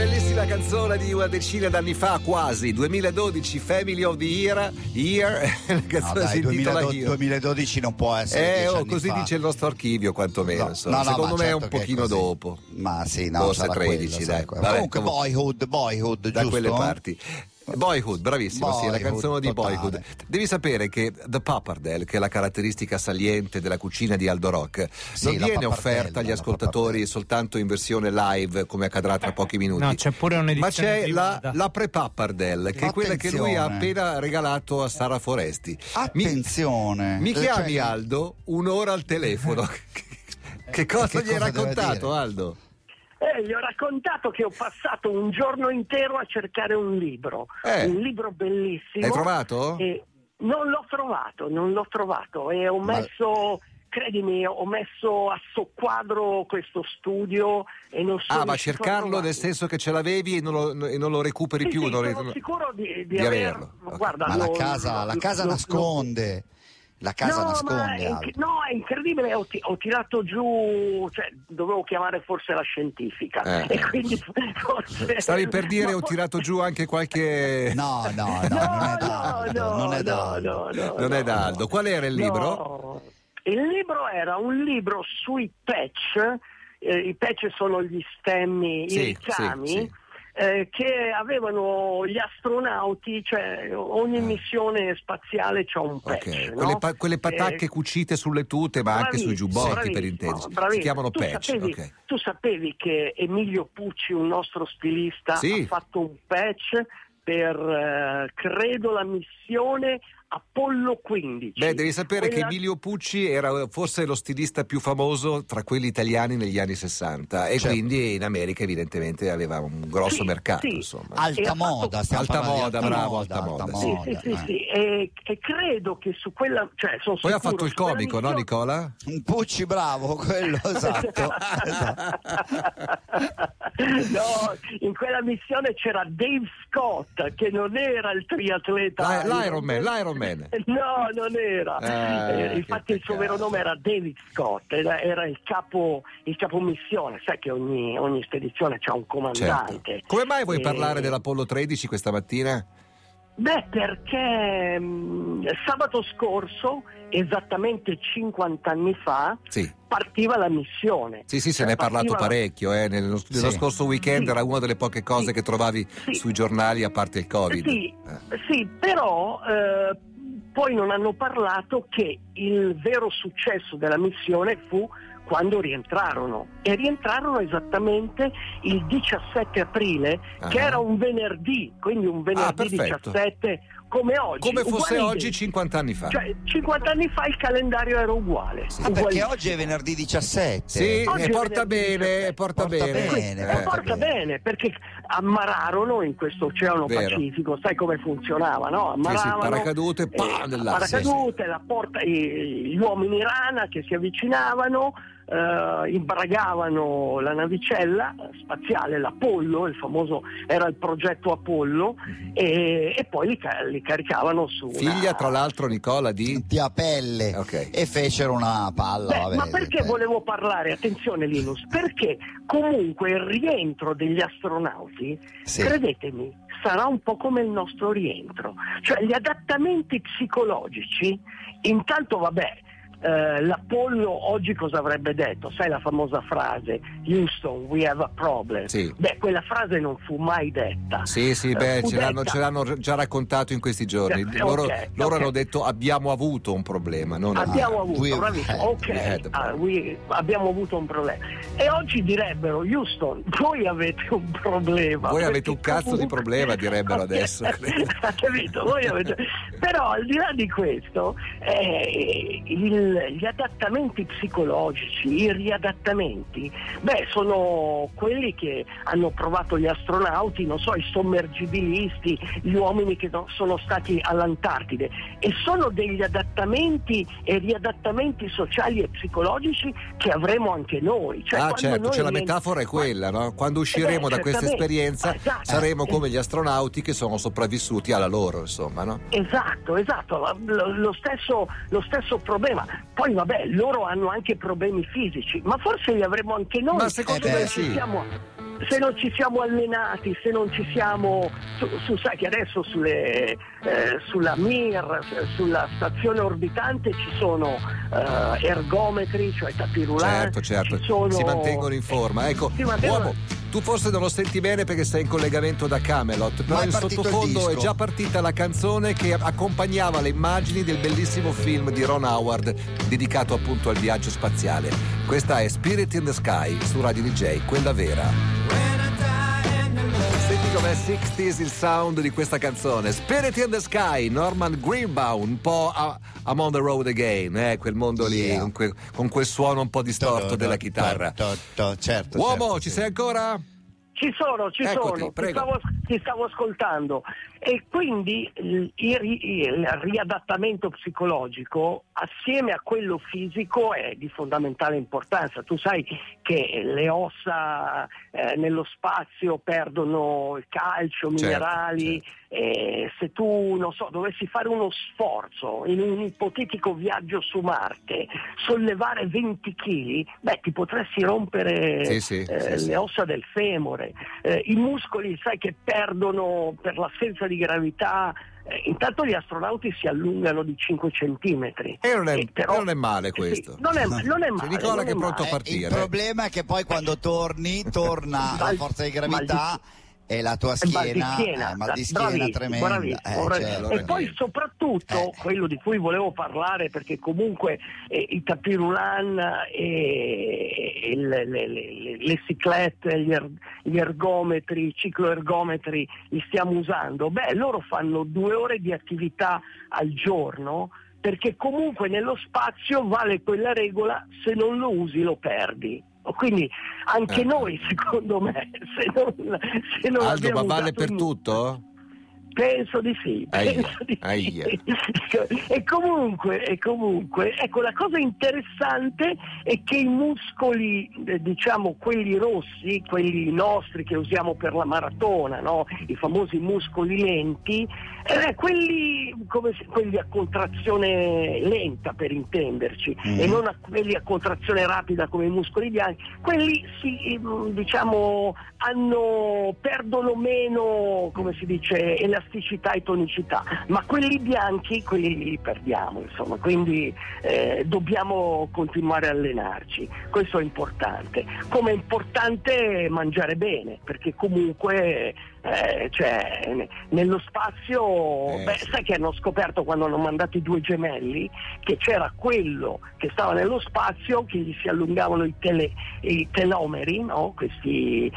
bellissima canzone di una decina d'anni fa, quasi 2012, Family of the Year. La canzone si intitola 2012 non può essere. Così fa. dice il nostro archivio, quantomeno. No, secondo me certo è un pochino dopo. Ma sì, no, forse 13, dai. Comunque Boyhood, da giusto? quelle parti. Boyhood, bravissimo, sì, la canzone di totale. Boyhood. Devi sapere che The Pappardelle, che è la caratteristica saliente della cucina di Aldo Rock, non viene offerta agli ascoltatori soltanto in versione live, come accadrà tra pochi minuti. No, c'è pure un'edizione ma c'è privata. la pre-Pappardelle, che è quella che lui ha appena regalato a Sara Foresti. Attenzione! Mi chiami Aldo, un'ora al telefono. Che cosa gli hai raccontato, Aldo? Gli ho raccontato che ho passato un giorno intero a cercare un libro bellissimo. L'hai trovato? Non l'ho trovato e ho messo, credimi, ho messo a soqquadro questo studio e non so. Ma cercarlo nel senso che ce l'avevi e non lo recuperi più? Sì, sono sicuro di averlo. Okay. Guarda, ma la casa nasconde. La casa nasconde. No, è incredibile, ho tirato giù, cioè dovevo chiamare forse la scientifica e quindi forse... Stavi per dire ho tirato giù anche qualche... No, non è da Aldo. Qual era il libro? No. Il libro era un libro sui patch, i patch sono gli stemmi, i ricami, sì. Che avevano gli astronauti, cioè ogni missione spaziale c'ha un patch, no? Quelle patacche cucite sulle tute, ma anche sui giubbotti, per intenderci. Si chiamano patch. Tu sapevi che Emilio Pucci, un nostro stilista, ha fatto un patch per credo la missione Apollo 15. Devi sapere che Emilio Pucci era forse lo stilista più famoso tra quelli italiani negli anni 60 e quindi in America evidentemente aveva un grosso mercato, insomma. Alta moda. Sì, e credo che su quella, cioè sono poi sicuro, ha fatto il comico, no Nicola? Un Pucci bravo, quello, esatto. No, in quella missione c'era Dave Scott, che non era il triatleta, l'Iron Man. No, non era. Infatti il suo vero nome era David Scott, era il capo missione. Sai che ogni spedizione c'ha un comandante. Certo. Come mai vuoi parlare dell'Apollo 13 questa mattina? Perché sabato scorso, esattamente 50 anni fa, partiva la missione. Sì, se ne è parlato parecchio. Nello scorso weekend era una delle poche cose che trovavi sui giornali, a parte il Covid. Sì, però poi non hanno parlato che il vero successo della missione fu quando rientrarono esattamente il 17 aprile, che era un venerdì, quindi un venerdì 17 come oggi. Come fosse oggi 50 anni fa. Cioè 50 anni fa il calendario era uguale. Perché oggi è venerdì 17. Sì, e porta bene, perché ammararono in questo oceano Pacifico, sai come funzionava, no? Ammaravano, paracadute, la porta, gli uomini rana che si avvicinavano, imbragavano la navicella spaziale, l'Apollo, il famoso era il progetto Apollo, e poi li caricavano su figlia tra l'altro, Nicola, di Apelle, e fecero una palla. Ma perché volevo parlare, attenzione Linus, perché comunque il rientro degli astronauti, credetemi, sarà un po' come il nostro rientro, cioè gli adattamenti psicologici. Intanto l'Apollo oggi cosa avrebbe detto? Sai la famosa frase Houston, we have a problem? Quella frase non fu mai detta. Ce l'hanno già raccontato in questi giorni. Loro hanno detto abbiamo avuto un problema. Abbiamo avuto un problema. E oggi direbbero Houston, voi avete un problema. Voi avete un cazzo di problema, direbbero adesso. Capito? Però al di là di questo, gli adattamenti psicologici, i riadattamenti, sono quelli che hanno provato gli astronauti, non so, i sommergibilisti, gli uomini che sono stati all'Antartide, e sono degli adattamenti e riadattamenti sociali e psicologici che avremo anche noi. La metafora è quella, no? Quando usciremo da questa esperienza saremo come gli astronauti che sono sopravvissuti alla loro, insomma, no? Esatto, lo stesso problema. Poi loro hanno anche problemi fisici, ma forse li avremo anche noi. Ma secondo me se non ci siamo allenati, se non ci siamo sai che adesso sulla Mir, sulla stazione orbitante ci sono ergometri, cioè tapis roulant, certo. sono... si mantengono in forma. Ecco, uomo, tu forse non lo senti bene perché sei in collegamento da Camelot, però in sottofondo è già partita la canzone che accompagnava le immagini del bellissimo film di Ron Howard dedicato appunto al viaggio spaziale. Questa è Spirit in the Sky su Radio DJ, quella vera. Senti com'è 60s il sound di questa canzone. Spirit in the Sky, Norman Greenbaum, un po' I'm on the road again, quel mondo lì, con quel suono un po' distorto della chitarra. Certo. Uomo, ci sei ancora? Ci sono, prego. Ti stavo ascoltando. E quindi il riadattamento psicologico assieme a quello fisico è di fondamentale importanza. Tu sai che le ossa nello spazio perdono il calcio, minerali. Certo. Se tu, non so, dovessi fare uno sforzo in un ipotetico viaggio su Marte, sollevare 20 kg, ti potresti rompere le ossa del femore. I muscoli, sai che perdono per l'assenza di gravità. Intanto gli astronauti si allungano di 5 centimetri. Però non è male questo. Sì, non è male. C'è Nicola che è pronto a partire. Il problema è che poi quando torna la forza di gravità e la tua schiena, mal di schiena tremenda. E poi soprattutto quello di cui volevo parlare, perché comunque i tapis roulant e le ciclette, gli ergometri, i cicloergometri li stiamo usando. Loro fanno 2 ore di attività al giorno, perché comunque nello spazio vale quella regola: se non lo usi lo perdi. Quindi anche noi, secondo me, se non Aldo, ma vale per tutto? Penso di sì. E comunque, ecco, la cosa interessante è che i muscoli, diciamo quelli rossi, quelli nostri che usiamo per la maratona, no? I famosi muscoli lenti, quelli a contrazione lenta, per intenderci, e non quelli a contrazione rapida come i muscoli bianchi, quelli perdono meno, come si dice, elasticità e tonicità, ma quelli bianchi, quelli li perdiamo, insomma, quindi dobbiamo continuare a allenarci. Questo è importante. Come è importante mangiare bene, perché comunque nello spazio, sai che hanno scoperto, quando hanno mandato i 2 gemelli, che c'era quello che stava nello spazio, che gli si allungavano i telomeri, no? Il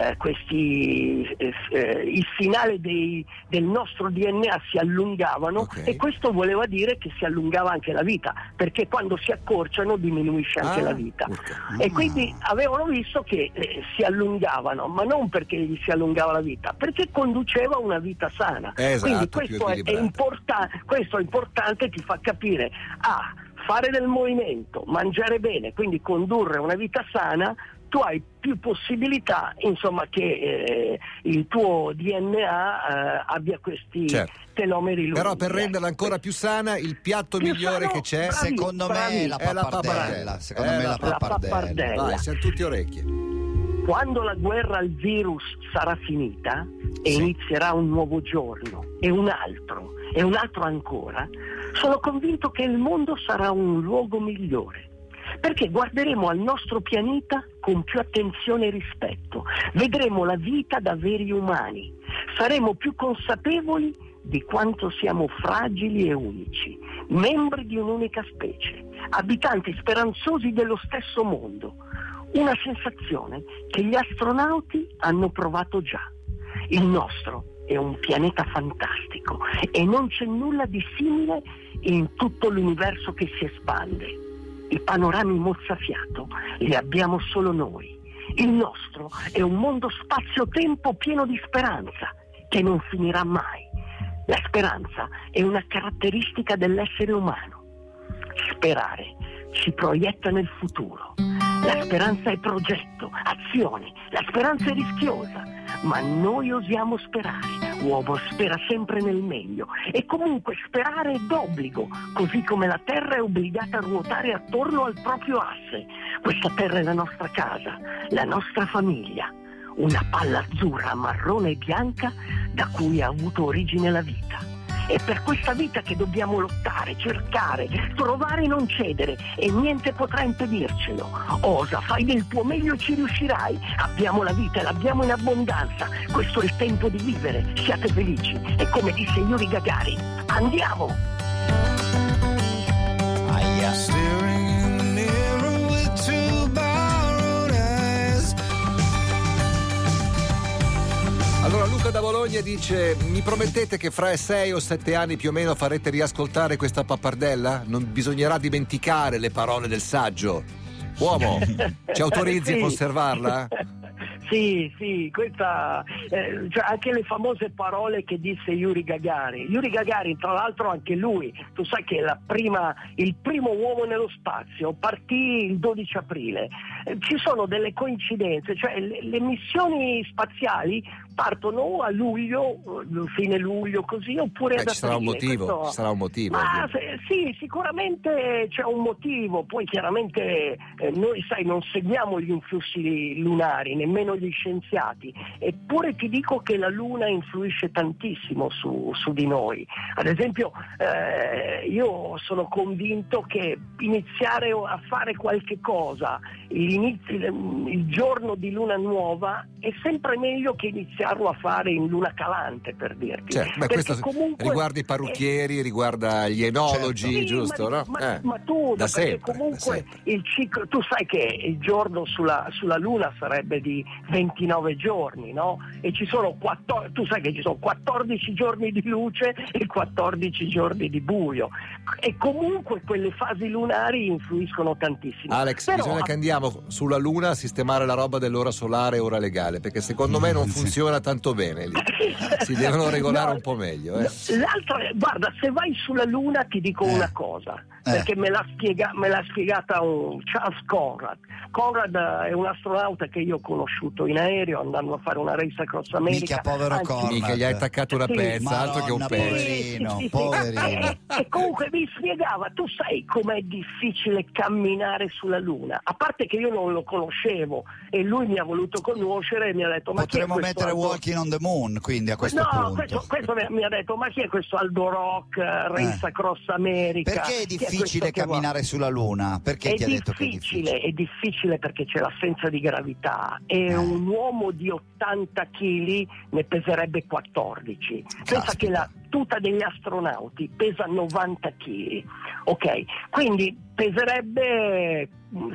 finale del nostro DNA si allungavano, e questo voleva dire che si allungava anche la vita, perché quando si accorciano diminuisce anche la vita. E quindi avevano visto che si allungavano, ma non perché gli si allungava la vita, perché conduceva una vita sana. Quindi questo è importante, ti fa capire fare del movimento, mangiare bene, quindi condurre una vita sana. Tu hai più possibilità, insomma, che il tuo DNA abbia questi telomeri lunghi. Però per renderla ancora più sana, il piatto migliore che c'è, secondo me, è la pappardella. La pappardella. Vai, siamo tutti orecchie. Quando la guerra al virus sarà finita e inizierà un nuovo giorno e un altro ancora, sono convinto che il mondo sarà un luogo migliore, perché guarderemo al nostro pianeta con più attenzione e rispetto, vedremo la vita da veri umani, saremo più consapevoli di quanto siamo fragili e unici, membri di un'unica specie, abitanti speranzosi dello stesso mondo. Una sensazione che gli astronauti hanno provato già. Il nostro è un pianeta fantastico e non c'è nulla di simile in tutto l'universo che si espande. I panorami mozzafiato li abbiamo solo noi. Il nostro è un mondo spazio-tempo pieno di speranza che non finirà mai. La speranza è una caratteristica dell'essere umano. Sperare ci proietta nel futuro. La speranza è progetto, azione, la speranza è rischiosa, ma noi osiamo sperare. L'uomo spera sempre nel meglio e comunque sperare è d'obbligo, così come la Terra è obbligata a ruotare attorno al proprio asse. Questa Terra è la nostra casa, la nostra famiglia. una palla azzurra, marrone e bianca da cui ha avuto origine la vita. È per questa vita che dobbiamo lottare, cercare, trovare e non cedere, e niente potrà impedircelo. Osa, fai del tuo meglio, ci riuscirai. Abbiamo la vita e l'abbiamo in abbondanza. Questo è il tempo di vivere. Siate felici. E come disse Yuri Gagarin, andiamo! Aia. Allora Luca da Bologna dice: mi promettete che fra 6 o 7 anni più o meno farete riascoltare questa pappardella? Non bisognerà dimenticare le parole del saggio. Uomo, ci autorizzi a conservarla? Sì, questa, cioè anche le famose parole che disse Yuri Gagarin. Yuri Gagarin, tra l'altro, anche lui, tu sai che il primo uomo nello spazio partì il 12 aprile. Ci sono delle coincidenze, cioè le missioni spaziali partono a luglio, fine luglio così, oppure ad aprile. Ci sarà un motivo. Ma sì, sicuramente c'è un motivo. Poi chiaramente noi, sai, non seguiamo gli influssi lunari, nemmeno gli scienziati, eppure ti dico che la Luna influisce tantissimo su di noi. Ad esempio io sono convinto che iniziare a fare qualche cosa il giorno di luna nuova è sempre meglio che iniziarlo a fare in luna calante, per dirti. Certo, questo comunque riguarda i parrucchieri, riguarda gli enologi, certo. Giusto? Ma tu, da sempre, comunque il ciclo, tu sai che il giorno sulla Luna sarebbe di 29 giorni, no? E ci sono tu sai che ci sono 14 giorni di luce e 14 giorni di buio, e comunque quelle fasi lunari influiscono tantissimo. Alex, bisogna che andiamo sulla Luna a sistemare la roba dell'ora solare e ora legale, perché secondo me non funziona tanto bene lì. Si devono regolare un po' meglio. Guarda, se vai sulla Luna ti dico una cosa, perché me l'ha spiegata un Charles Conrad. Conrad è un astronauta che io ho conosciuto in aereo andando a fare una race across America. Mica povero Conrad. Mica gli hai attaccato una pezza, altro che un pezzo. Poverino. E comunque mi spiegava, tu sai com'è difficile camminare sulla Luna, a parte che io non lo conoscevo e lui mi ha voluto conoscere e mi ha detto: ma potremmo mettere Walking on the Moon, quindi a questo punto. Questo mi ha detto: ma chi è questo Aldo Rock, Race Across America? Perché è difficile camminare sulla Luna? Perché ti ha detto che è difficile? È difficile perché c'è l'assenza di gravità e un uomo di 80 kg ne peserebbe 14. Pensa che la tuta degli astronauti pesa 90 kg, ok? Quindi peserebbe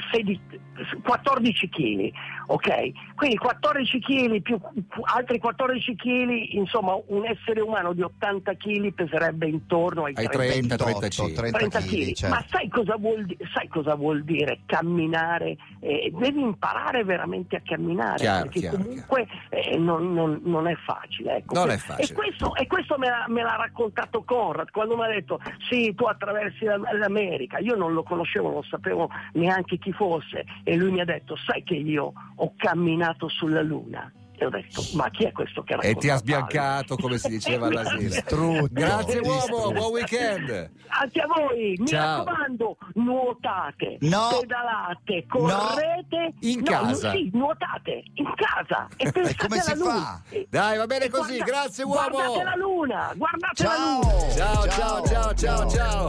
14 kg, ok? Quindi 14 kg più altri 14 kg, insomma un essere umano di 80 kg peserebbe intorno ai 30 kg. Certo. Ma sai cosa vuol dire camminare? Devi imparare veramente a camminare, perché comunque non è facile, ecco. Non è facile. E questo me l'ha raccontato Conrad quando mi ha detto: sì, tu attraversi l'America. Io non lo conoscevo, non sapevo neanche chi fosse, e lui mi ha detto: sai che io ho camminato sulla Luna? E ho detto: ma chi è questo che racconta? E ti ha sbiancato, come si diceva all'asilo. Grazie uomo, buon weekend. Anche a voi, mi raccomando, nuotate, pedalate, correte. In casa. Sì, nuotate in casa e pensate come si fa? Dai, va bene così, grazie uomo. Guardate la luna, guardate la luna. Ciao.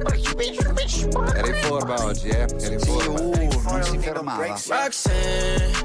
Era in forma oggi, Era in forma. Non si fermava. Roxanne,